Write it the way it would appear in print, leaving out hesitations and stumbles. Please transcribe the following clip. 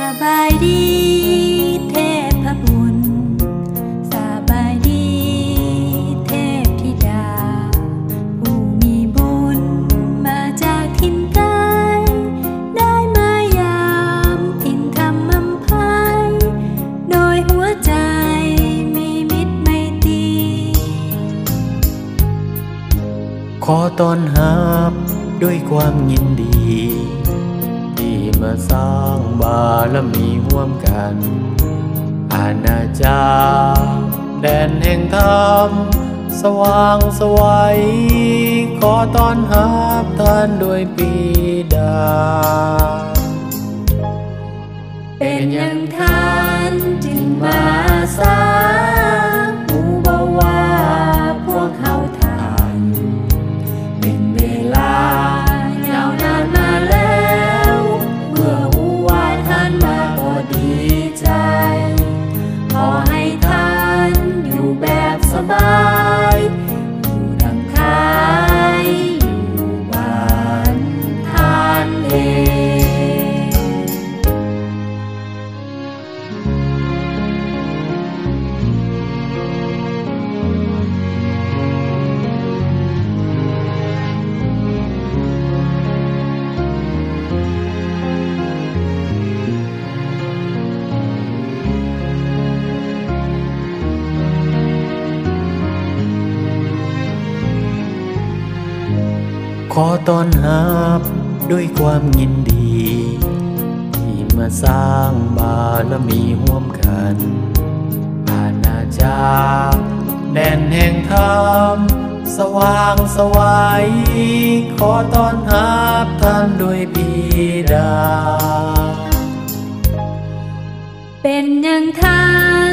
บายดีเทพบุตรสบายดีเทพธิดาผู้มีบุญมาจากถิ่นไกลได้มายามถิ่นธรรมอำไพโดยหัวใจมีมิตรไมตรีขอต้อนรับด้วยความยินดีที่มาสร้างบารมีร่วมกันอาณาจักรแดนแห่งธรรมสว่างไสวัยขอต้อนรับท่านด้วยปีดาเป็นอย่างท่านจึงมาสร้างผู้บ่ว่าพวกเขาท่านเป็นเวลายาวนานมาแล้วเมื่อหูว่าท่านมาก็ดีใจขอให้ท่านอยู่แบบสบายอยู่ดังใครอยู่บ้านท่านเองขอต้อนรับด้วยความยินดีที่มาสร้างบารมีร่วมกันอาณาจักรแดนแห่งธรรมสว่างไสวัยขอต้อนรับท่านด้วยบิดาเป็นอย่างท่าน